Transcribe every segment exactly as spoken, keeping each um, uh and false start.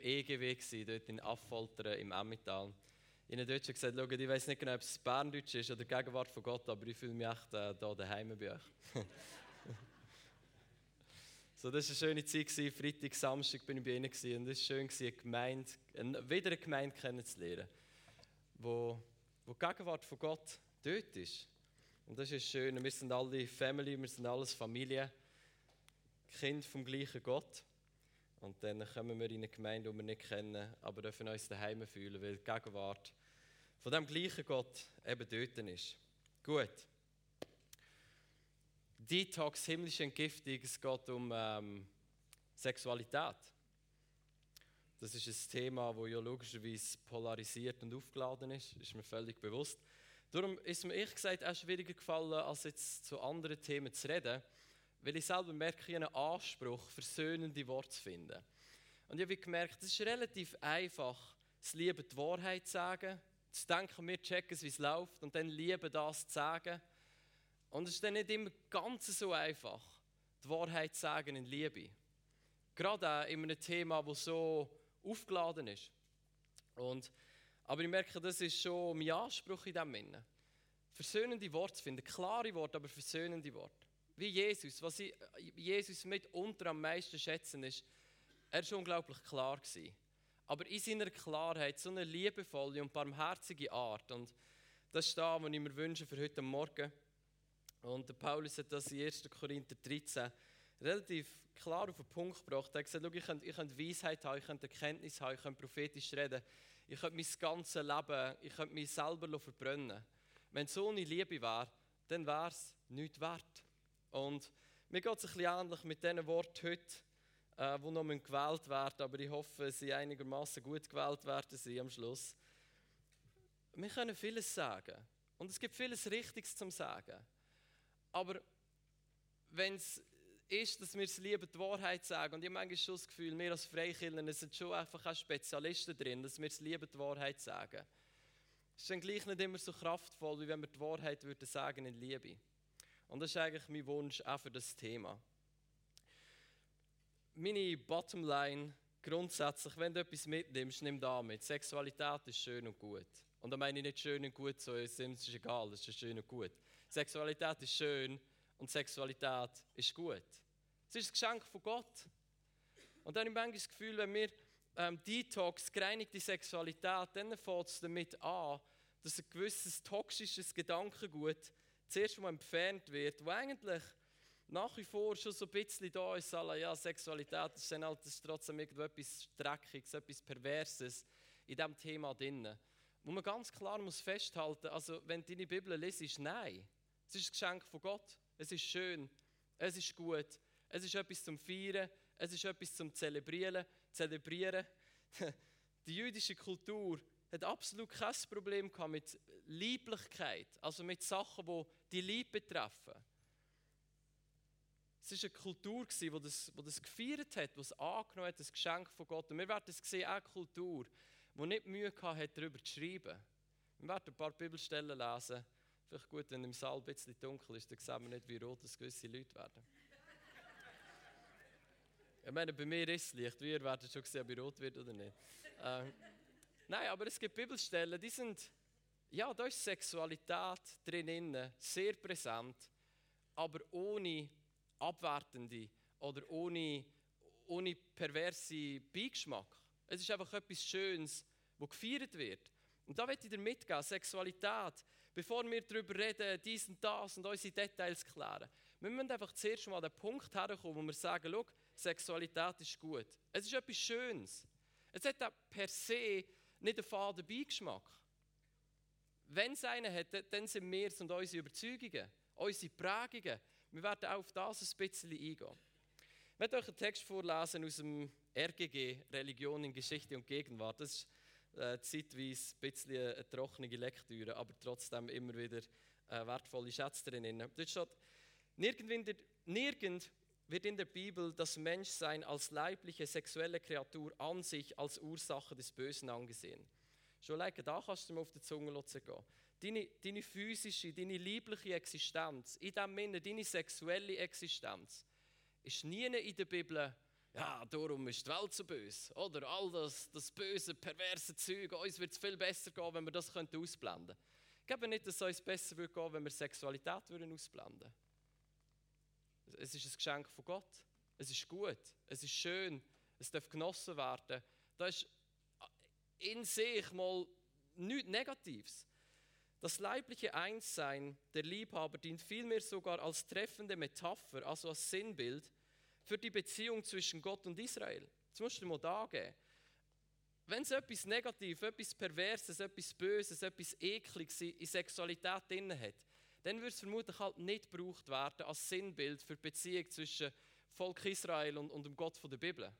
E G W, dort in Affoltern im Emmental. Ich habe dort schon gesagt, schaut, ich weiß nicht genau, ob es Berndeutsch ist oder Gegenwart von Gott, aber ich fühle mich echt äh, hier daheim bei euch. So, das war eine schöne Zeit, Freitag, Samstag bin ich bei ihnen und es war schön, eine Gemeinde, wieder eine Gemeinde kennenzulernen, wo, wo die Gegenwart von Gott dort ist. Und das ist schön, wir sind alle Family, wir sind alles Familie, Kind vom gleichen Gott. Und dann kommen wir in eine Gemeinde, die wir nicht kennen, aber dürfen uns daheim fühlen, weil die Gegenwart von dem gleichen Gott eben dort ist. Gut. Detox, himmlische Entgiftung, es geht um ähm, Sexualität. Das ist ein Thema, das ja logischerweise polarisiert und aufgeladen ist, ist mir völlig bewusst. Darum ist mir ehrlich gesagt auch schwieriger gefallen, als jetzt zu anderen Themen zu reden, weil ich selber merke, ich habe einen Anspruch, versöhnende Worte zu finden. Und ich habe gemerkt, es ist relativ einfach, es lieben die Wahrheit zu sagen, zu denken, wir checken es, wie es läuft, und dann lieben das zu sagen. Und es ist dann nicht immer ganz so einfach, die Wahrheit zu sagen in Liebe. Gerade auch in einem Thema, das so aufgeladen ist. Und, aber ich merke, das ist schon mein Anspruch in diesem Sinne. Versöhnende Worte zu finden, klare Worte, aber versöhnende Worte. Wie Jesus, was ich Jesus mitunter am meisten schätzen ist, er war unglaublich klar gewesen. Aber in seiner Klarheit so eine liebevolle und barmherzige Art. Und das ist das, was ich mir wünsche für heute Morgen. Und der Paulus hat das in erster Korinther dreizehn relativ klar auf den Punkt gebracht. Er hat gesagt, ich könnte, ich könnte Weisheit haben, ich könnte Erkenntnis haben, ich könnte prophetisch reden, ich könnte mein ganzes Leben, ich könnte mich selber verbrennen. Wenn es so eine Liebe wäre, dann wäre es nichts wert. Und mir geht es ein bisschen ähnlich mit diesen Worten heute, äh, die noch gewählt werden, aber ich hoffe, sie einigermaßen gut gewählt werden sie am Schluss. Wir können vieles sagen und es gibt vieles Richtiges zum Sagen. Aber wenn es ist, dass wir es lieben, die Wahrheit sagen, und ich habe manchmal schon das Gefühl, wir als Freikirchen sind schon einfach auch Spezialisten drin, dass wir es lieben, die Wahrheit sagen. Es ist dann gleich nicht immer so kraftvoll, wie wenn wir die Wahrheit würden sagen in Liebe. Und das ist eigentlich mein Wunsch auch für das Thema. Meine Bottomline grundsätzlich, wenn du etwas mitnimmst, nimm da mit. Sexualität ist schön und gut. Und da meine ich nicht schön und gut, so es ist egal, es ist schön und gut. Sexualität ist schön und Sexualität ist gut. Es ist ein Geschenk von Gott. Und dann habe ich manchmal das Gefühl, wenn wir ähm, Detox, gereinigte Sexualität, dann fängt es damit an, dass ein gewisses toxisches Gedankengut zuerst mal entfernt wird, wo eigentlich nach wie vor schon so ein bisschen da ist, ja, Sexualität ist dann halt das ist trotzdem etwas Dreckiges, etwas Perverses in diesem Thema drin. Wo man ganz klar muss festhalten, also wenn du deine Bibel liest, nein. Es ist ein Geschenk von Gott, es ist schön, es ist gut, es ist etwas zum Feiern, es ist etwas zum Zelebrieren. Zelebrieren. Die jüdische Kultur hat absolut kein Problem mit Lieblichkeit, also mit Sachen, die die Liebe betreffen. Es war eine Kultur, die das, die das gefeiert hat, die es angenommen hat, das Geschenk von Gott. Und wir werden es sehen, auch eine Kultur, die nicht Mühe hatte, darüber zu schreiben. Wir werden ein paar Bibelstellen lesen. Vielleicht gut, wenn im Saal ein bisschen dunkel ist, dann sehen wir nicht, wie rot das gewisse Leute werden. Ich meine, bei mir ist es Licht. Wir werden schon sehen, ob ich rot wird oder nicht. Ähm, nein, aber es gibt Bibelstellen, die sind, ja, da ist Sexualität drin, sehr präsent, aber ohne abwertende oder ohne, ohne perverse Beigeschmack. Es ist einfach etwas Schönes, das gefeiert wird. Und da möchte ich dir mitgeben, Sexualität, bevor wir darüber reden, dies und das und unsere Details klären. Wir müssen einfach zuerst mal an den Punkt herkommen, wo wir sagen, schau, Sexualität ist gut. Es ist etwas Schönes. Es hat auch per se nicht einen faden Beigeschmack. Wenn es einen hat, dann sind wir es und unsere Überzeugungen, unsere Prägungen. Wir werden auch auf das ein bisschen eingehen. Ich möchte euch einen Text vorlesen aus dem R G G, Religion in Geschichte und Gegenwart. Das ist äh, zeitweise ein bisschen eine trockene Lektüre, aber trotzdem immer wieder äh, wertvolle Schätze drin. Dort steht, nirgend, nirgend wird in der Bibel das Menschsein als leibliche sexuelle Kreatur an sich als Ursache des Bösen angesehen. Schon alleine da kannst du mal auf die Zunge gehen. Deine, deine physische, deine liebliche Existenz, in diesem Sinne deine sexuelle Existenz, ist nie in der Bibel ja, darum ist die Welt so böse. Oder all das, das böse, perverse Zeug, uns wird es viel besser gehen, wenn wir das ausblenden könnten. Ich glaube nicht, dass es uns besser würde gehen, wenn wir Sexualität würden ausblenden würden. Es ist ein Geschenk von Gott. Es ist gut, es ist schön, es darf genossen werden. Da ist in sich mal nichts Negatives. Das leibliche Einssein der Liebhaber dient vielmehr sogar als treffende Metapher, also als Sinnbild für die Beziehung zwischen Gott und Israel. Das musst du dir mal da geben. Wenn es etwas Negatives, etwas Perverses, etwas Böses, etwas Ekliges in Sexualität drin hat, dann würde es vermutlich halt nicht gebraucht werden als Sinnbild für die Beziehung zwischen Volk Israel und, und dem Gott der Bibel.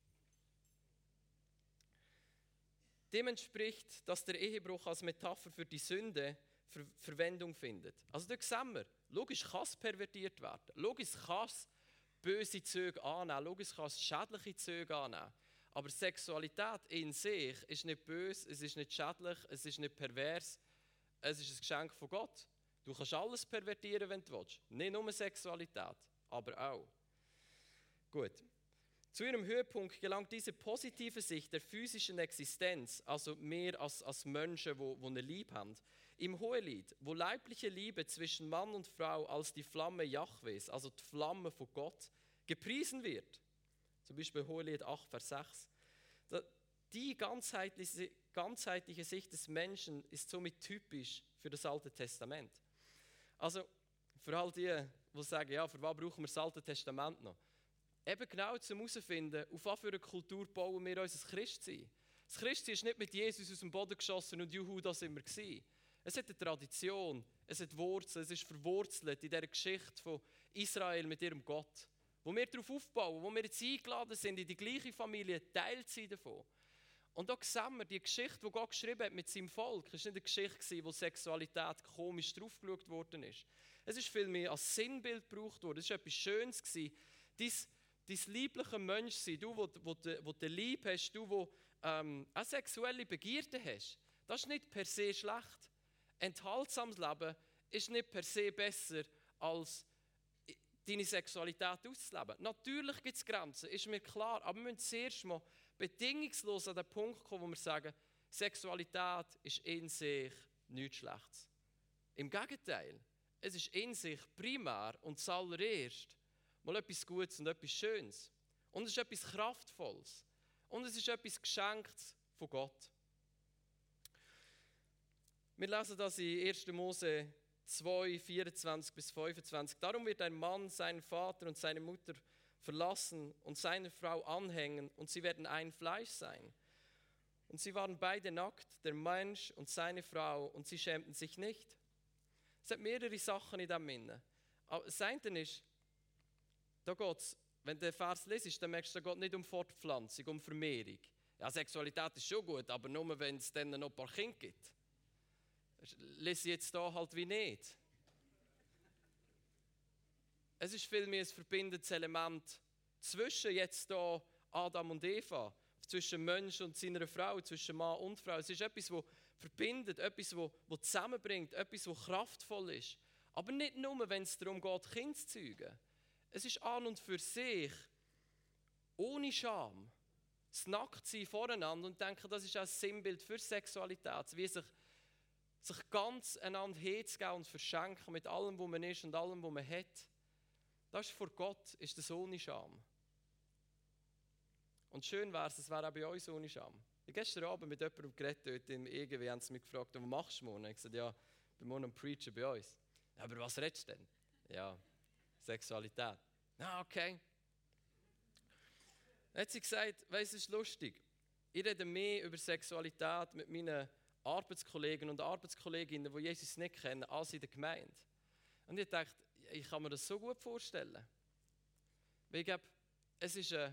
Dem entspricht, dass der Ehebruch als Metapher für die Sünde Ver- Verwendung findet. Also da sehen wir, logisch kann es pervertiert werden, logisch kann es böse Züge annehmen, logisch kann es schädliche Züge annehmen. Aber Sexualität in sich ist nicht böse, es ist nicht schädlich, es ist nicht pervers, es ist ein Geschenk von Gott. Du kannst alles pervertieren, wenn du willst. Nicht nur Sexualität, aber auch. Gut. Zu ihrem Höhepunkt gelangt diese positive Sicht der physischen Existenz, also mehr als, als Menschen, die, die eine Liebe haben, im Hohelied, wo leibliche Liebe zwischen Mann und Frau als die Flamme Jahwes, also die Flamme von Gott, gepriesen wird. Zum Beispiel Hohelied acht, Vers sechs. Die ganzheitliche, ganzheitliche Sicht des Menschen ist somit typisch für das Alte Testament. Also für all die, die sagen, ja, für was brauchen wir das Alte Testament noch? Eben genau zum herauszufinden, auf was für eine Kultur bauen wir unser Christsein. Das Christsein ist nicht mit Jesus aus dem Boden geschossen und juhu, da sind wir gewesen. Es hat eine Tradition, es hat Wurzeln, es ist verwurzelt in dieser Geschichte von Israel mit ihrem Gott. Wo wir darauf aufbauen, wo wir jetzt eingeladen sind, in die gleiche Familie, Teil zu sein davon. Und da sehen wir, die Geschichte, die Gott geschrieben hat mit seinem Volk, ist nicht eine Geschichte, wo Sexualität komisch draufgeschaut worden ist. Es ist vielmehr als Sinnbild gebraucht worden. Es war etwas Schönes. Dein, dein liebliche Menschsein, du, wo, wo, wo du Lieb hast, du, wo ähm, auch sexuelle Begierde hast, das ist nicht per se schlecht. Enthaltsames Leben ist nicht per se besser, als deine Sexualität auszuleben. Natürlich gibt es Grenzen, ist mir klar, aber wir müssen zuerst mal bedingungslos an den Punkt kommen, wo wir sagen, Sexualität ist in sich nichts Schlechtes. Im Gegenteil, es ist in sich primär und zuallererst mal etwas Gutes und etwas Schönes. Und es ist etwas Kraftvolles. Und es ist etwas Geschenktes von Gott. Wir lesen das in erster Mose zwei, vierundzwanzig bis fünfundzwanzig. Darum wird ein Mann seinen Vater und seine Mutter verlassen und seine Frau anhängen und sie werden ein Fleisch sein. Und sie waren beide nackt, der Mensch und seine Frau, und sie schämten sich nicht. Es hat mehrere Sachen in diesem Sinne. Aber das eine ist, da geht's, wenn du den Vers liest, dann merkst du, da geht nicht um Fortpflanzung, um Vermehrung. Ja, Sexualität ist schon gut, aber nur, wenn es dann noch ein paar Kinder gibt. Das lese ich jetzt hier halt wie nicht. Es ist vielmehr ein verbindendes Element zwischen jetzt hier Adam und Eva, zwischen Mensch und seiner Frau, zwischen Mann und Frau. Es ist etwas, das verbindet, etwas, das zusammenbringt, etwas, das kraftvoll ist. Aber nicht nur, wenn es darum geht, Kinder zu zeugen. Es ist an und für sich ohne Scham. Das Nacktsein voreinander und denken, das ist auch ein Sinnbild für Sexualität, wie sich, sich ganz einander herzugeben und verschenken mit allem, was man ist und allem, was man hat. Das ist vor Gott ist das ohne Scham. Und schön wäre es, es wäre auch bei uns ohne Scham. Ich habe gestern Abend mit jemandem geredet, dort im E G W, haben sie mich gefragt, was machst du morgen? Ich habe gesagt, ja, ich bin morgen am Preacher bei uns. Ja, aber was redest du denn? Ja, Sexualität. Ah, okay. Dann hat sie gesagt, weißt du, es ist lustig. Ich rede mehr über Sexualität mit meinen Arbeitskollegen und Arbeitskolleginnen, die Jesus nicht kennen, als in der Gemeinde. Und ich dachte, ich kann mir das so gut vorstellen. Weil ich glaube, es ist ein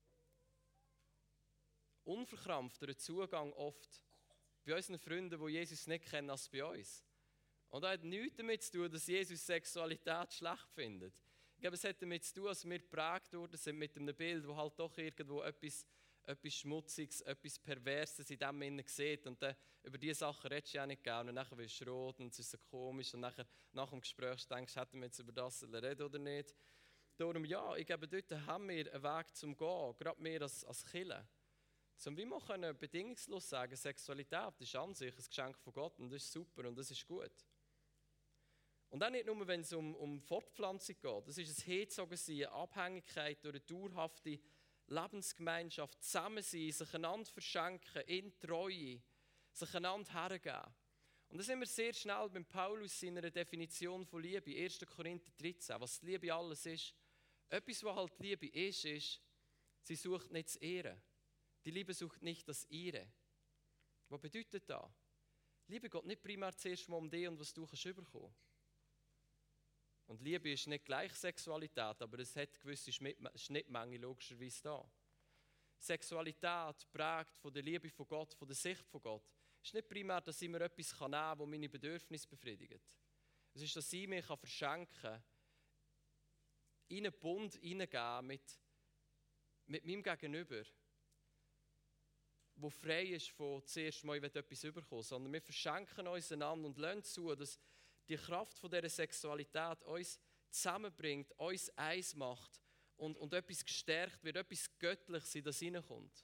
unverkrampfter Zugang oft bei unseren Freunden, die Jesus nicht kennen, als bei uns. Und das hat nichts damit zu tun, dass Jesus Sexualität schlecht findet. Ich glaube, es hat damit zu tun, dass wir geprägt worden sind mit einem Bild, wo halt doch irgendwo etwas, etwas Schmutziges, etwas Perverses in dem Innen sieht. Und dann, über diese Sachen redest du ja nicht gerne. Und dann wirst du rot und es ist so komisch. Und nachher, nach dem Gespräch denkst du, hätten wir jetzt über das reden oder nicht. darum, ja, ich glaube, dort haben wir einen Weg zum Gehen, gerade wir als, als Kirche. Zum wie wir können bedingungslos sagen, Sexualität ist an sich ein Geschenk von Gott und das ist super und das ist gut. Und auch nicht nur, wenn es um, um Fortpflanzung geht. Das ist ein Hinzogensein, eine Abhängigkeit durch eine dauerhafte Lebensgemeinschaft, zusammen sein, sich einander verschenken, in Treue, sich einander hergeben. Und da sind wir sehr schnell beim Paulus seiner Definition von Liebe, erster Korinther dreizehn, was Liebe alles ist. Etwas, was halt Liebe ist, ist, sie sucht nicht das Ehre. Die Liebe sucht nicht das Ihre. Was bedeutet das? Liebe geht nicht primär zuerst mal um dich und was du kannst bekommen. Und Liebe ist nicht gleich Sexualität, aber es hat gewisse Schnittmengen logischerweise da. Sexualität prägt von der Liebe von Gott, von der Sicht von Gott. Es ist nicht primär, dass ich mir etwas nehmen kann, das meine Bedürfnisse befriedigt. Es ist, dass ich mich verschenken kann, in einen Bund hineingeben mit, mit meinem Gegenüber, der frei ist von zuerst mal, ich will etwas bekommen, sondern wir verschenken uns einander und lassen zu, dass die Kraft von dieser Sexualität uns zusammenbringt, uns eins macht und, und etwas gestärkt wird, etwas Göttliches in das hineinkommt.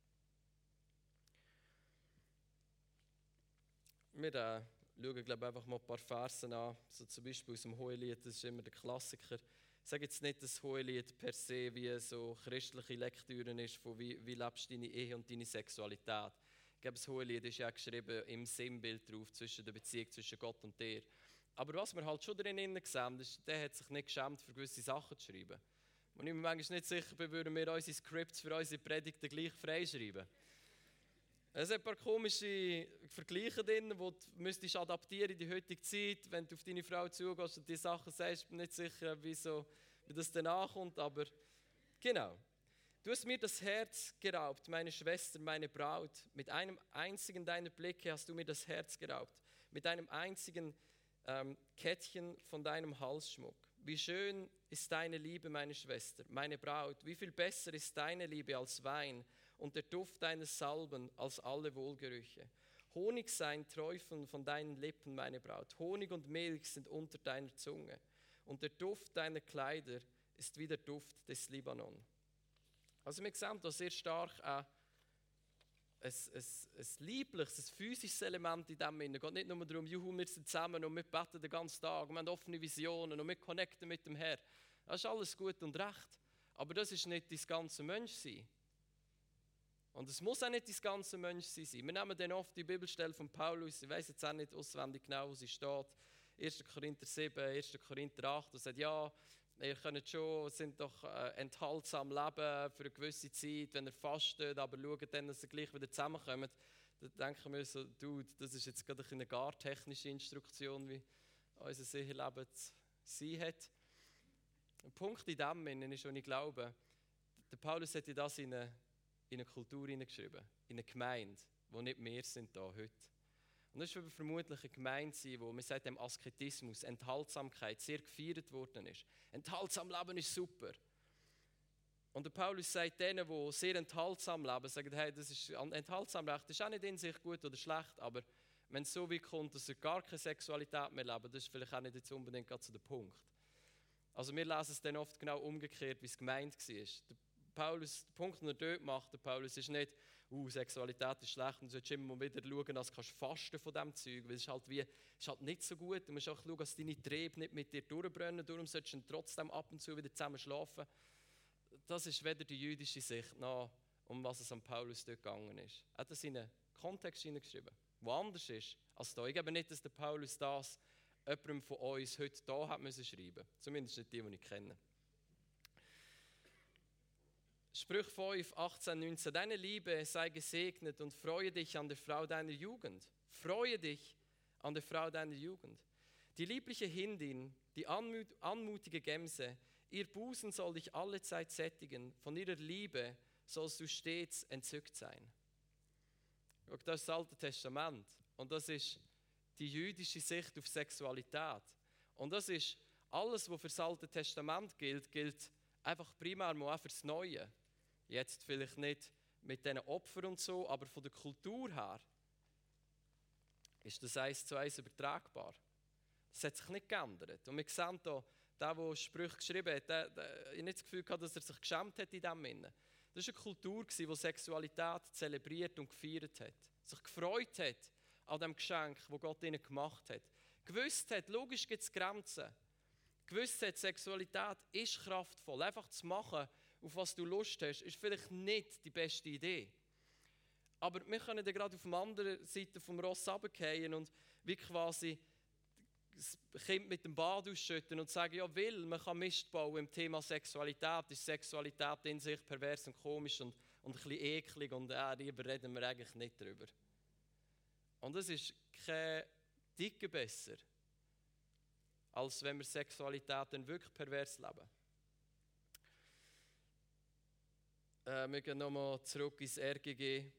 Wir äh, schauen glaube ich, einfach mal ein paar Versen an, so zum Beispiel aus dem Hohelied, das ist immer der Klassiker. Ich sage jetzt nicht, dass das Hohelied per se wie so christliche Lektüren ist, von wie, wie lebst du deine Ehe und deine Sexualität. Ich glaube, das Hohelied ist ja geschrieben im Sinnbild drauf, zwischen der Beziehung zwischen Gott und dir. Aber was wir halt schon drin sehen, ist, der hat sich nicht geschämt, für gewisse Sachen zu schreiben. Und ich bin mir manchmal nicht sicher, würden wir unsere Scripts für unsere Predigten gleich freischreiben. Es sind ein paar komische Vergleiche drin, die du müsstest adaptieren in die heutige Zeit. Wenn du auf deine Frau zugehst und die Sachen sagst, bin ich nicht sicher, wie, so, wie das danach kommt. Aber genau. Du hast mir das Herz geraubt, meine Schwester, meine Braut. Mit einem einzigen deiner Blicke hast du mir das Herz geraubt. Mit einem einzigen ähm, Kettchen von deinem Halsschmuck. Wie schön ist deine Liebe, meine Schwester, meine Braut. Wie viel besser ist deine Liebe als Wein und der Duft deiner Salben als alle Wohlgerüche. Honig sein Träufeln von deinen Lippen, meine Braut. Honig und Milch sind unter deiner Zunge. Und der Duft deiner Kleider ist wie der Duft des Libanon. Also wir sehen da sehr stark ein, ein, ein, ein liebliches, ein physisches Element in dem. Es geht nicht nur darum, juhu, wir sind zusammen und wir beten den ganzen Tag, wir haben offene Visionen und wir connecten mit dem Herrn. Das ist alles gut und recht. Aber das ist nicht das ganze Menschsein. Und es muss auch nicht das ganze Menschsein sein. Wir nehmen dann oft die Bibelstelle von Paulus, ich weiß jetzt auch nicht auswendig genau, wo sie steht, erster Korinther sieben, erster Korinther acht, und sagt, ja, ihr könnt schon, sind doch äh, enthaltsam leben für eine gewisse Zeit, wenn ihr fastet, aber schaut dann, dass ihr gleich wieder zusammenkommt. Dann denken wir so, Dude, das ist jetzt gerade eine gar technische Instruktion, wie unser Seelenleben zu sein hat. Ein Punkt in dem ist, und ich glaube, der Paulus hat das in eine in eine Kultur hineingeschrieben, in eine Gemeinde, die nicht mehr sind da heute. Und das wird vermutlich eine Gemeinde sein, wo man sagt, dem Asketismus, Enthaltsamkeit sehr gefeiert worden ist. Enthaltsam leben ist super. Und der Paulus sagt denen, die sehr enthaltsam leben, sagen, hey, das ist enthaltsam leben, das ist auch nicht in sich gut oder schlecht, aber wenn es so weit kommt, dass sie gar keine Sexualität mehr leben, das ist vielleicht auch nicht jetzt unbedingt gerade zu der Punkt. Also wir lesen es dann oft genau umgekehrt, wie es gemeint war. Paulus, der Punkt, den er dort macht, der Paulus, ist nicht, uh, Sexualität ist schlecht und du solltest immer wieder schauen, dass du fasten von diesem Zeug, weil es ist halt, wie, es ist halt nicht so gut. Du musst auch schauen, dass deine Triebe nicht mit dir durchbrennen, darum solltest du trotzdem ab und zu wieder zusammen schlafen. Das ist weder die jüdische Sicht noch, um was es an Paulus dort gegangen ist. Er hat das in einen Kontext hineingeschrieben, der anders ist als da. Ich glaube nicht, dass der Paulus das jemandem von uns heute da hat müssen schreiben. Zumindest nicht die, die ich kenne. Sprüche fünf, achtzehn, neunzehn. Deine Liebe sei gesegnet und freue dich an der Frau deiner Jugend. Freue dich an der Frau deiner Jugend. Die liebliche Hindin, die anmut, anmutige Gemse, ihr Busen soll dich allezeit sättigen. Von ihrer Liebe sollst du stets entzückt sein. Das ist das Alte Testament. Und das ist die jüdische Sicht auf Sexualität. Und das ist alles, was für das Alte Testament gilt, gilt einfach primär mal auch für das Neue. Jetzt vielleicht nicht mit diesen Opfern und so, aber von der Kultur her ist das eins zu eins übertragbar. Das hat sich nicht geändert. Und wir sehen hier, der, der Sprüche geschrieben hat, der, der, ich habe nicht das Gefühl gehabt, dass er sich geschämt hat in dem Sinne. Das war eine Kultur, die Sexualität zelebriert und gefeiert hat. Sich gefreut hat an dem Geschenk, das Gott ihnen gemacht hat. Gewusst hat, logisch gibt es Grenzen. Gewusst hat, Sexualität ist kraftvoll. Einfach zu machen, auf was du Lust hast, ist vielleicht nicht die beste Idee. Aber wir können dann gerade auf der anderen Seite vom Ross runterfallen und wie quasi das Kind mit dem Bad ausschütten und sagen, ja, will, man kann Mist bauen im Thema Sexualität. Ist Sexualität in sich pervers und komisch und, und ein bisschen eklig und äh, darüber reden wir eigentlich nicht drüber. Und es ist kein Dicke besser, als wenn wir Sexualität dann wirklich pervers leben. Äh, wir gehen nochmal zurück ins R G G.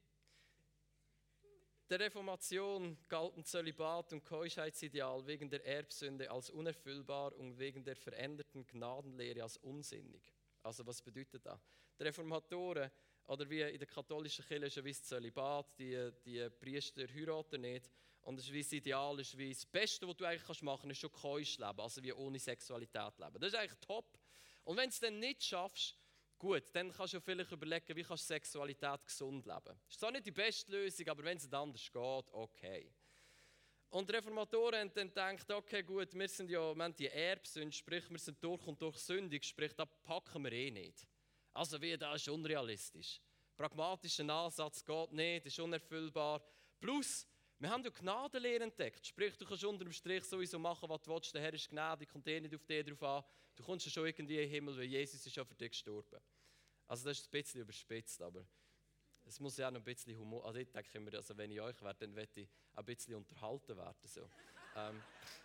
Der Reformation galten Zölibat und Keuschheitsideal wegen der Erbsünde als unerfüllbar und wegen der veränderten Gnadenlehre als unsinnig. Also was bedeutet das? Die Reformatoren, oder wie in der katholischen Kirche ist wie das Zölibat, die, die Priester heiraten nicht. Und das ist wie das Ideal, ist wie das Beste, was du eigentlich machen kannst, ist schon keusch leben, also wie ohne Sexualität leben. Das ist eigentlich top. Und wenn du es dann nicht schaffst, gut, dann kannst du vielleicht überlegen, wie kannst du Sexualität gesund leben. Das ist zwar nicht die beste Lösung, aber wenn es nicht anders geht, okay. Und die Reformatoren haben dann gedacht, okay, gut, wir sind ja, wir haben die Erbsünde, sprich, wir sind durch und durch sündig, sprich, das packen wir eh nicht. Also wie, das ist unrealistisch. Pragmatischer Ansatz geht nicht, ist unerfüllbar. Plus, wir haben ja Gnadenlehre entdeckt. Sprich, du kannst unter dem Strich sowieso machen, was du willst. Der Herr ist gnädig, kommt eh nicht auf dich drauf an. Du kommst ja schon irgendwie in den Himmel, weil Jesus ist ja für dich gestorben. Also das ist ein bisschen überspitzt, aber es muss ja auch noch ein bisschen Humor. Also ich denke immer, also wenn ich euch wäre, dann möchte ich ein bisschen unterhalten werden. So. ähm,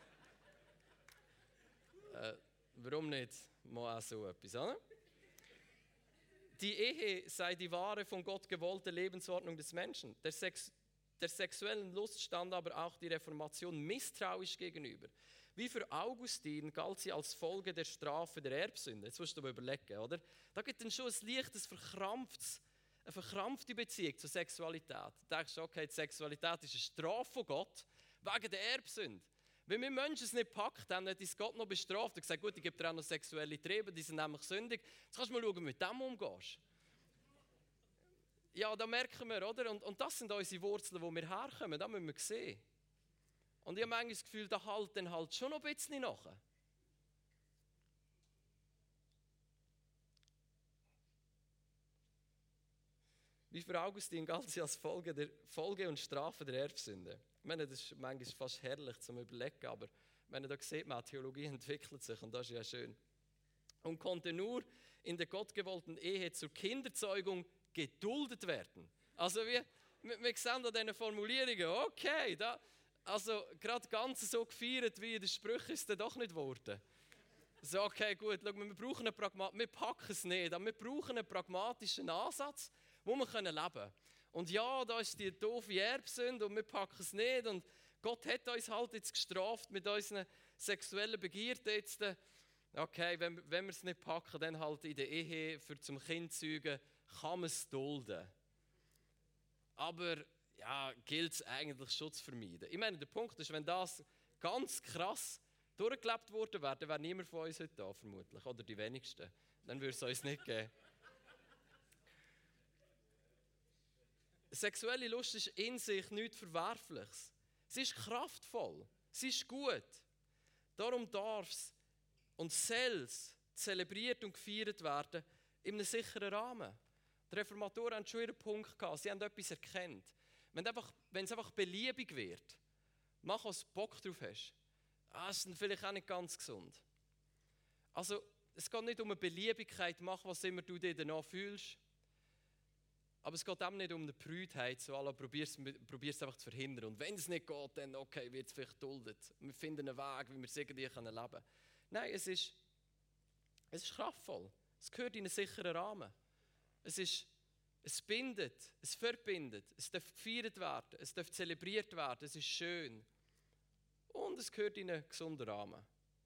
äh, warum nicht mal auch so etwas, oder? Die Ehe sei die wahre, von Gott gewollte Lebensordnung des Menschen. Der, Sex, der sexuellen Lust stand aber auch die Reformation misstrauisch gegenüber. Wie für Augustin galt sie als Folge der Strafe der Erbsünde. Jetzt musst du mal überlegen, oder? Da gibt es schon ein leichtes, verkrampftes, eine verkrampfte Beziehung zur Sexualität. Du denkst, okay, die Sexualität ist eine Strafe von Gott wegen der Erbsünde. Wenn wir Menschen es nicht packt haben, hat uns Gott noch bestraft und gesagt, gut, ich gebe dir auch noch sexuelle Triebe, die sind nämlich sündig. Jetzt kannst du mal schauen, wie du mit dem umgehst. Ja, da merken wir, oder? Und, und das sind unsere Wurzeln, wo wir herkommen, das müssen wir sehen. Und ich habe manchmal das Gefühl, da halt dann halt schon noch ein bisschen nach. Wie für Augustin galt sie als Folge, der, Folge und Strafe der Erbsünde. Ich meine, das ist manchmal fast herrlich zum Überlegen, aber ich meine, da sieht man, Theologie entwickelt sich und das ist ja schön. Und konnte nur in der gottgewollten Ehe zur Kinderzeugung geduldet werden. Also wir, wir sehen an diesen Formulierungen, okay, da, also gerade ganz so gefeiert wie in den Sprüchen ist es dann doch nicht geworden. So, okay, gut, schau, wir brauchen einen Pragma- wir packen es nicht, aber wir brauchen einen pragmatischen Ansatz, wo wir leben können. Und ja, da ist die doofe Erbsünde und wir packen es nicht. Und Gott hat uns halt jetzt gestraft mit unseren sexuellen Begierden. Jetzt, okay, wenn, wenn wir es nicht packen, dann halt in der Ehe für zum Kind zeugen, kann man es dulden. Aber ja, gilt es eigentlich schon zu vermeiden. Ich meine, der Punkt ist, wenn das ganz krass durchgelebt worden wäre, dann wäre niemand von uns heute da, vermutlich. Oder die wenigsten. Dann würde es uns nicht geben. Sexuelle Lust ist in sich nichts Verwerfliches. Sie ist kraftvoll. Sie ist gut. Darum darf es und soll es zelebriert und gefeiert werden in einem sicheren Rahmen. Die Reformatoren haben schon ihren Punkt gehabt. Sie haben etwas erkannt. Wenn, einfach, wenn es einfach beliebig wird, mach, was du Bock drauf hast, ah, ist dann vielleicht auch nicht ganz gesund. Also, es geht nicht um eine Beliebigkeit, mach, was immer du dir danach fühlst. Aber es geht auch nicht um eine Prüdheit, so alle probier es einfach zu verhindern. Und wenn es nicht geht, dann okay, wird es vielleicht duldet. Wir finden einen Weg, wie wir es irgendwie leben können. Nein, es ist, es ist kraftvoll. Es gehört in einen sicheren Rahmen. Es, ist, es bindet, es verbindet, es darf gefeiert werden, es darf zelebriert werden, es ist schön. Und es gehört in einen gesunden Rahmen.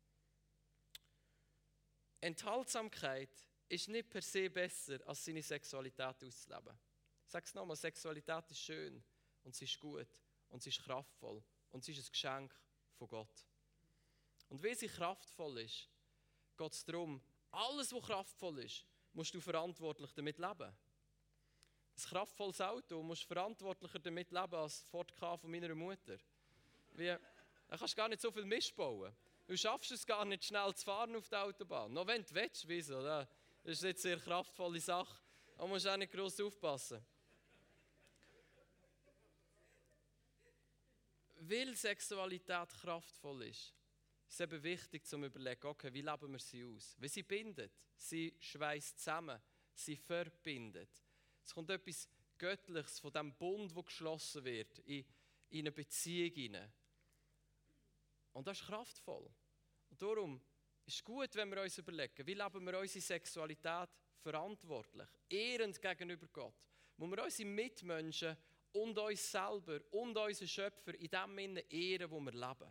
Enthaltsamkeit ist nicht per se besser, als seine Sexualität auszuleben. Ich sage es nochmal, Sexualität ist schön und sie ist gut und sie ist kraftvoll und sie ist ein Geschenk von Gott. Und weil sie kraftvoll ist, geht es darum, alles, was kraftvoll ist, musst du verantwortlich damit leben. Ein kraftvolles Auto musst du verantwortlicher damit leben als Ford Ka von meiner Mutter. Wie, da kannst du gar nicht so viel Mist bauen. Du schaffst es gar nicht schnell zu fahren auf der Autobahn. Noch wenn du willst, wieso? Das ist jetzt eine sehr kraftvolle Sache. Da musst du auch nicht gross aufpassen. Weil Sexualität kraftvoll ist, ist es eben wichtig zu überlegen, okay, wie leben wir sie aus? Weil sie bindet, sie schweißt zusammen, sie verbindet. Es kommt etwas Göttliches von dem Bund, der geschlossen wird, in, in eine Beziehung hinein. Und das ist kraftvoll. Und darum ist es gut, wenn wir uns überlegen, wie leben wir unsere Sexualität verantwortlich, ehrend gegenüber Gott, wo wir unsere Mitmenschen und uns selber und unseren Schöpfer in dem Sinne ehren, wo wir leben.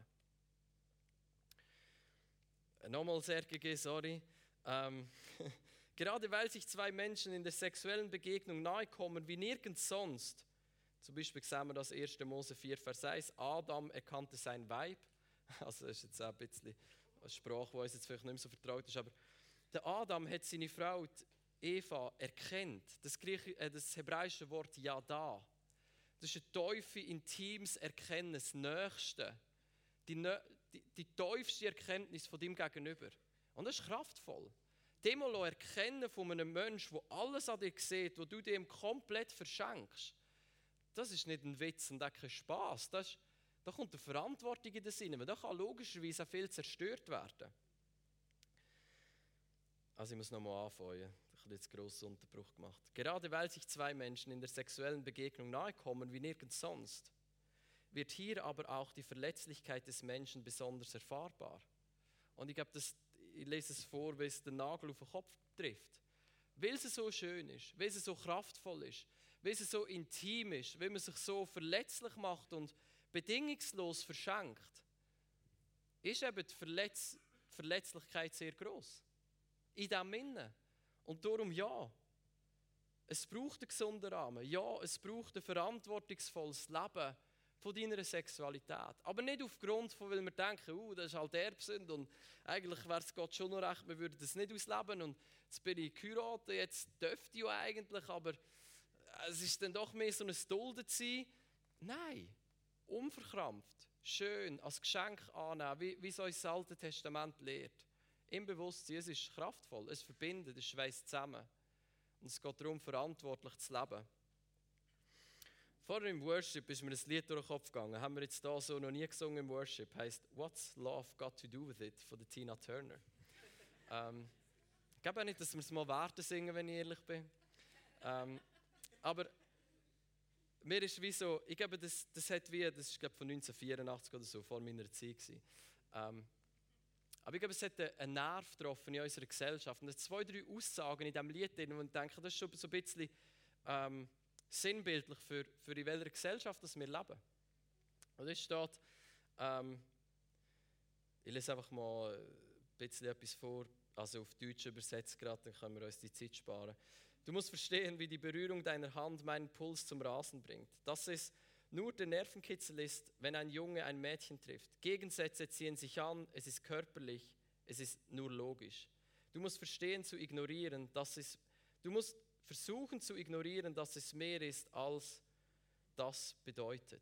Nochmal sehr G G, sorry. Ähm, Gerade weil sich zwei Menschen in der sexuellen Begegnung nahe kommen wie nirgends sonst, zum Beispiel sehen wir das erste Mose vier, Vers eins, Adam erkannte sein Weib, also das ist jetzt auch ein bisschen eine Sprache, die uns jetzt vielleicht nicht mehr so vertraut ist, aber der Adam hat seine Frau Eva erkannt, das, Griech, äh, das hebräische Wort Yada, das ist ein tiefe, intimes Erkennen, das Nächste, die, die, die tiefste Erkenntnis von dem Gegenüber. Und das ist kraftvoll. Dem mal erkennen von einem Menschen, der alles an dir sieht, wo du dem komplett verschenkst, das ist nicht ein Witz und auch kein Spass. Das ist, da kommt eine Verantwortung in den Sinn, weil da kann logischerweise auch viel zerstört werden. Also ich muss nochmal anfangen, ich habe ein bisschen zu grossen Unterbruch gemacht. Gerade weil sich zwei Menschen in der sexuellen Begegnung nahe kommen wie nirgends sonst, wird hier aber auch die Verletzlichkeit des Menschen besonders erfahrbar. Und ich glaube, das ich lese es vor, wie es den Nagel auf den Kopf trifft. Weil es so schön ist, weil es so kraftvoll ist, weil es so intim ist, weil man sich so verletzlich macht und bedingungslos verschenkt, ist eben die Verletz- Verletzlichkeit sehr gross. In diesem Sinne. Und darum ja, es braucht einen gesunden Rahmen. Ja, es braucht ein verantwortungsvolles Leben von deiner Sexualität. Aber nicht aufgrund von, weil wir denken, uh, das ist halt Erbsünde und eigentlich wäre es Gott schon noch recht, wir würden das nicht ausleben und jetzt bin ich geheiratet, jetzt dürfte ich ja eigentlich, aber es ist dann doch mehr so ein Duldensein. Nein, unverkrampft, schön, als Geschenk annehmen, wie, wie es uns das Alte Testament lehrt. Im Bewusstsein, es ist kraftvoll, es verbindet, es schweißt zusammen. Und es geht darum, verantwortlich zu leben. Vorher im Worship ist mir ein Lied durch den Kopf gegangen. Haben wir jetzt hier so noch nie gesungen im Worship. Heißt What's Love Got to Do with It von der Tina Turner. ähm, ich glaube auch nicht, dass wir es mal werden singen, wenn ich ehrlich bin. Ähm, aber mir ist wie so, ich glaube, das, das hat wie, das ist glaube von neunzehnhundertvierundachtzig oder so, vor meiner Zeit gewesen. Ähm, aber ich glaube, es hat einen Nerv getroffen in unserer Gesellschaft. Und es zwei, drei Aussagen in diesem Lied drin, wo ich denke, das ist schon so ein bisschen ähm, sinnbildlich für, für in welcher Gesellschaft das wir leben. Und es steht, ähm, ich lese einfach mal ein bisschen etwas vor, also auf Deutsch übersetzt gerade, dann können wir uns die Zeit sparen. Du musst verstehen, wie die Berührung deiner Hand meinen Puls zum Rasen bringt. Dass es nur der Nervenkitzel ist, wenn ein Junge ein Mädchen trifft. Gegensätze ziehen sich an, es ist körperlich, es ist nur logisch. Du musst verstehen zu ignorieren, dass es, du musst versuchen zu ignorieren, dass es mehr ist, als das bedeutet.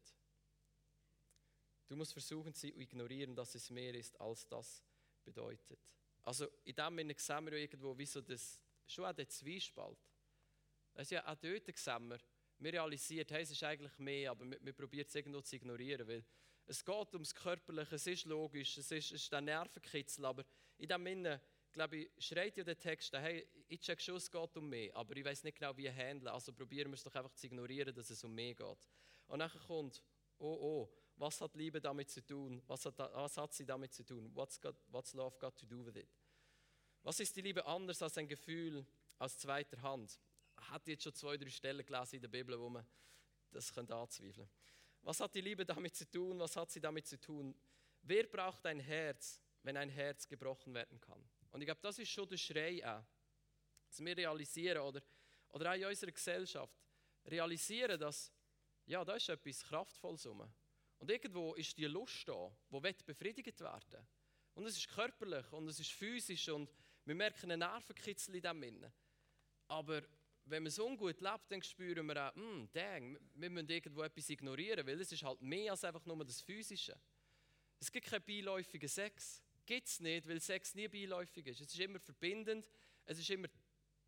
Du musst versuchen zu ignorieren, dass es mehr ist, als das bedeutet. Also in dem Sinne sehen wir ja irgendwo wie so das, schon auch den Zwiespalt. Das ist ja auch dort sehen wir, wir realisieren, hey, es ist eigentlich mehr, aber wir, wir probieren es irgendwo zu ignorieren, weil es geht ums Körperliche, es ist logisch, es ist, es ist der Nervenkitzel, aber in dem Sinne, glaube ich, schreit ja der Text, hey, ich check schon, es geht um mehr, aber ich weiß nicht genau, wie handeln, also probieren wir es doch einfach zu ignorieren, dass es um mehr geht. Und dann kommt, oh oh, was hat Liebe damit zu tun? Was hat, was hat sie damit zu tun? What's, got, what's love got to do with it? Was ist die Liebe anders als ein Gefühl aus zweiter Hand? Hat jetzt schon zwei, drei Stellen gelesen in der Bibel, wo man das anzweifeln könnte. Was hat die Liebe damit zu tun? Was hat sie damit zu tun? Wer braucht ein Herz, wenn ein Herz gebrochen werden kann? Und ich glaube, das ist schon der Schrei auch, dass wir realisieren, oder, oder auch in unserer Gesellschaft, realisieren, dass, ja, da ist etwas Kraftvolles rum. Und irgendwo ist die Lust da, die befriedigt werden will. Und es ist körperlich und es ist physisch und wir merken einen Nervenkitzel in dem Innen. Aber wenn man so ungut lebt, dann spüren wir auch, hm, dang, wir müssen irgendwo etwas ignorieren, weil es ist halt mehr als einfach nur das Physische. Es gibt keinen beiläufigen Sex. Gibt es nicht, weil Sex nie beiläufig ist. Es ist immer verbindend, es ist immer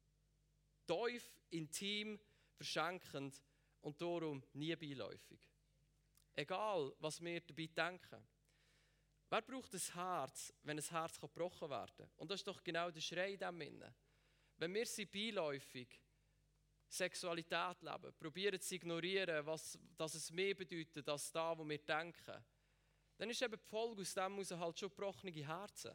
tief, intim, verschenkend und darum nie beiläufig. Egal, was wir dabei denken. Wer braucht ein Herz, wenn ein Herz gebrochen werden kann? Und das ist doch genau der Schrei in diesem Innen. Wenn wir sie beiläufig Sexualität leben, probieren zu ignorieren, was, dass es mehr bedeutet als das, was wir denken, dann ist eben die Folge aus dem heraus halt schon gebrochene Herzen.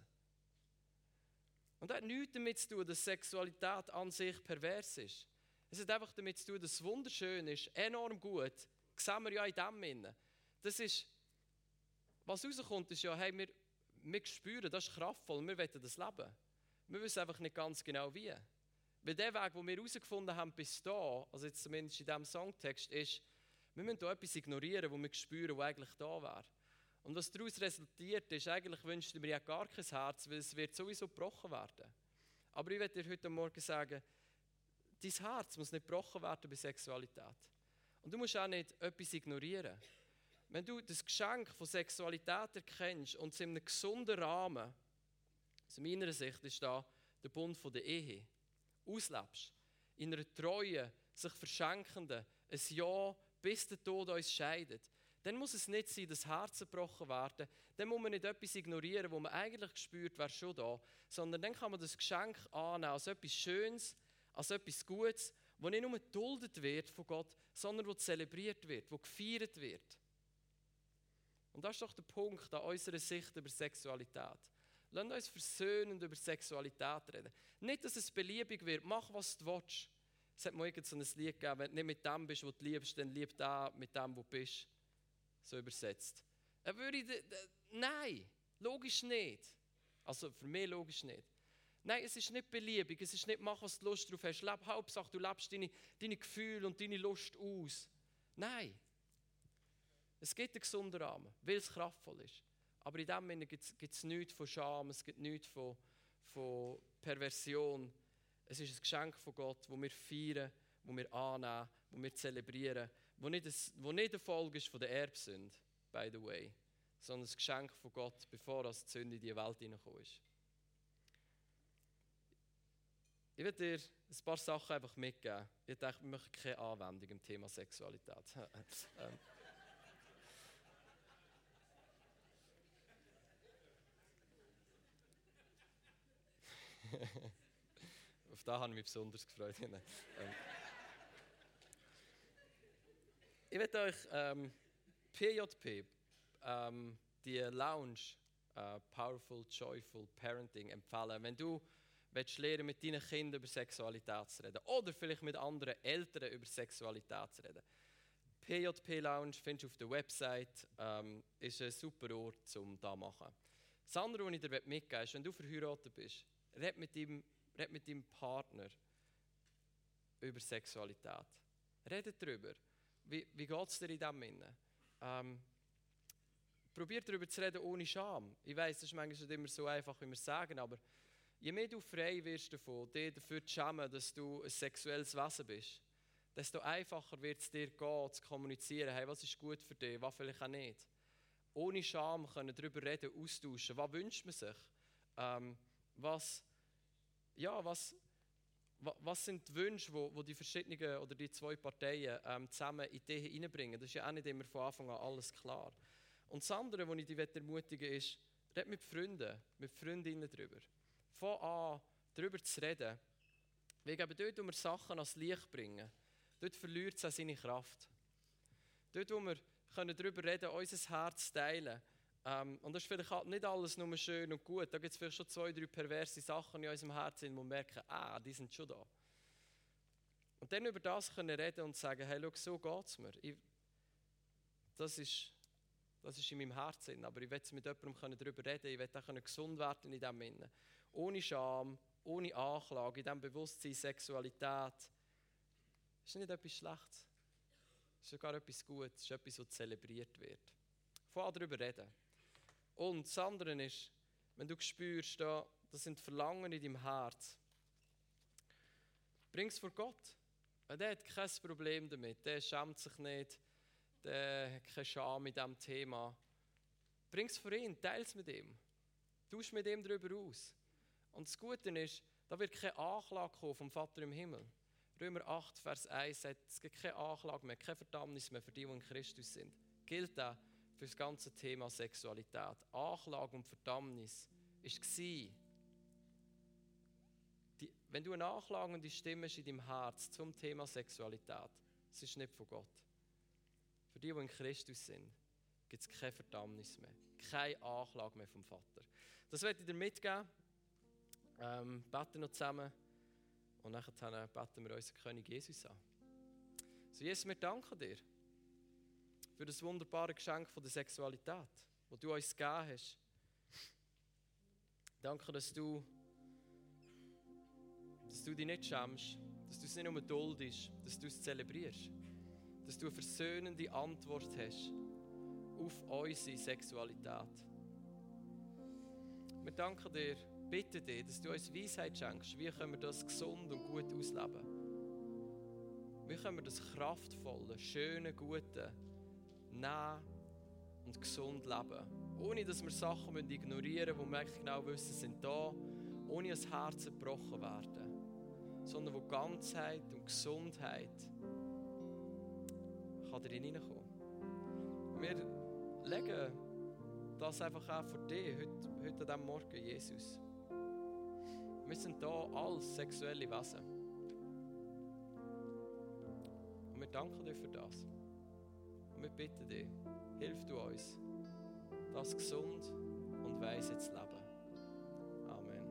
Und das hat nichts damit zu tun, dass Sexualität an sich pervers ist. Es hat einfach damit zu tun, dass es wunderschön ist, enorm gut. Das sehen wir ja in dem Innen. Das ist, was rauskommt, ist ja, hey, wir, wir spüren, das ist kraftvoll, wir wollen das leben. Wir wissen einfach nicht ganz genau wie. Weil der Weg, den wir herausgefunden haben bis da, also jetzt zumindest in diesem Songtext, ist, wir müssen hier etwas ignorieren, wo wir spüren, was eigentlich da wäre. Und was daraus resultiert ist, eigentlich wünschen wir ja gar kein Herz, weil es wird sowieso gebrochen werden. Aber ich werde dir heute Morgen sagen, dein Herz muss nicht gebrochen werden bei Sexualität. Und du musst auch nicht etwas ignorieren. Wenn du das Geschenk von Sexualität erkennst und es in einem gesunden Rahmen, aus meiner Sicht ist da der Bund von der Ehe, auslebst, in einer treuen, sich verschenkenden, ein Ja, bis der Tod uns scheidet, dann muss es nicht sein, dass Herzen gebrochen werden. Dann muss man nicht etwas ignorieren, wo man eigentlich spürt, wäre schon da, sondern dann kann man das Geschenk annehmen als etwas Schönes, als etwas Gutes, das nicht nur geduldet wird von Gott, sondern das zelebriert wird, das gefeiert wird. Und das ist doch der Punkt an unserer Sicht über Sexualität. Lasst uns versöhnend über Sexualität reden. Nicht, dass es beliebig wird, mach, was du willst. Es hat mal irgend so ein Lied gegeben, wenn du nicht mit dem bist, was du liebst, dann lieb den mit dem, wo du bist. So übersetzt. Dann würde ich, nein, logisch nicht. Also für mich logisch nicht. Nein, es ist nicht beliebig, es ist nicht, mach, was du Lust drauf hast. Leb, Hauptsache, du lebst deine, deine Gefühle und deine Lust aus. Nein. Es gibt einen gesunden Rahmen, weil es kraftvoll ist. Aber in dem Sinne gibt es nichts von Scham, es gibt nichts von, von Perversion. Es ist ein Geschenk von Gott, das wir feiern, das wir annehmen, das wir zelebrieren, das nicht, ein, nicht eine Folge ist von der Erbsünde, by the way, sondern ein Geschenk von Gott, bevor die Sünde in die Welt hineingekommen ist. Ich werde dir ein paar Sachen einfach mitgeben. Ich dachte, wir machen keine Anwendung im Thema Sexualität. ähm. Auf das habe ich mich besonders gefreut. ähm. Ich werde euch ähm, P J P, ähm, die Lounge äh, Powerful, Joyful Parenting empfehlen. Wenn du willst lernen, mit deinen Kindern über Sexualität zu reden oder vielleicht mit anderen Eltern über Sexualität zu reden. P J P Lounge findest du auf der Website, ähm, ist ein super Ort, um das zu machen. Das andere, was ich dir mitgeben will, ist, wenn du verheiratet bist, red mit deinem, red mit deinem Partner über Sexualität. Redet darüber. Wie, wie geht es dir in dem Sinne? Ähm, probier darüber zu reden ohne Scham. Ich weiss, das ist manchmal nicht immer so einfach, wie wir es sagen, aber je mehr du frei wirst davon, dich dafür zu schämen, dass du ein sexuelles Wesen bist, desto einfacher wird es dir gehen, zu kommunizieren, hey, was ist gut für dich, was vielleicht auch nicht. Ohne Scham können darüber reden, austauschen. Was wünscht man sich? Ähm, was, ja, was, was sind die Wünsche, wo, wo die verschiedenen oder die zwei Parteien ähm, zusammen Ideen hineinbringen? Das ist ja auch nicht immer von Anfang an alles klar. Und das andere, was ich dich ermutigen will, ist, red mit Freunden, mit Freundinnen darüber. Fang an, darüber zu reden. Weil eben dort, wo wir Sachen ans Licht bringen, dort verliert es auch seine Kraft. Dort, wo wir können darüber reden, unser Herz teilen. Ähm, und das ist vielleicht auch nicht alles nur schön und gut. Da gibt es vielleicht schon zwei, drei perverse Sachen in unserem Herzen, wo wir merken, ah, die sind schon da. Und dann über das können reden und sagen, hey, schau, so geht es mir. Ich, das, ist, das ist in meinem Herzen, aber ich will mit jemandem darüber reden, ich will auch gesund werden in diesem Sinne. Ohne Scham, ohne Anklage, in diesem Bewusstsein, Sexualität. Das ist nicht etwas Schlechtes. Es ist sogar etwas Gutes, es ist etwas, das zelebriert wird. Fang an, darüber reden. Und das andere ist, wenn du spürst, da, das sind Verlangen in deinem Herz, bring es vor Gott. Der hat kein Problem damit, der schämt sich nicht, der hat keine Scham mit diesem Thema. Bring es vor ihn, teile es mit ihm. Tausch mit ihm darüber aus. Und das Gute ist, da wird keine Anklage kommen vom Vater im Himmel. Römer acht, Vers eins sagt, es gibt keine Anklage mehr, keine Verdammnis mehr für die, die in Christus sind. Gilt auch für das ganze Thema Sexualität. Anklage und Verdammnis war, die, wenn du eine anklagende Stimme hast in deinem Herz zum Thema Sexualität, es ist nicht von Gott. Für die, die in Christus sind, gibt es keine Verdammnis mehr, keine Anklage mehr vom Vater. Das werde ich dir mitgeben. Ähm, beten noch zusammen und nachher beten wir unseren König Jesus an. So, Jesus, wir danken dir für das wunderbare Geschenk von der Sexualität, das du uns gegeben hast. Danke, dass du, dass du dich nicht schämst, dass du es nicht nur duldest, dass du es zelebrierst, dass du eine versöhnende Antwort hast auf unsere Sexualität. Wir danken dir, bitten dich, dass du uns Weisheit schenkst, wie können wir das gesund und gut ausleben. Wie können wir das kraftvolle, schöne, gute, nah und gesund leben. Ohne dass wir Sachen ignorieren müssen, die wir eigentlich genau wissen, sind da, ohne dass Herzen gebrochen werden, sondern wo Ganzheit und Gesundheit kann darin hineinkommen. Wir legen das einfach auch für dich, heute, heute an diesem Morgen, Jesus. Wir sind da als sexuelle Wesen. Und wir danken dir für das. Und wir bitten dich, hilf du uns, das gesund und weise zu leben. Amen.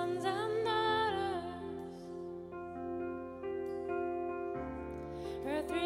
Earth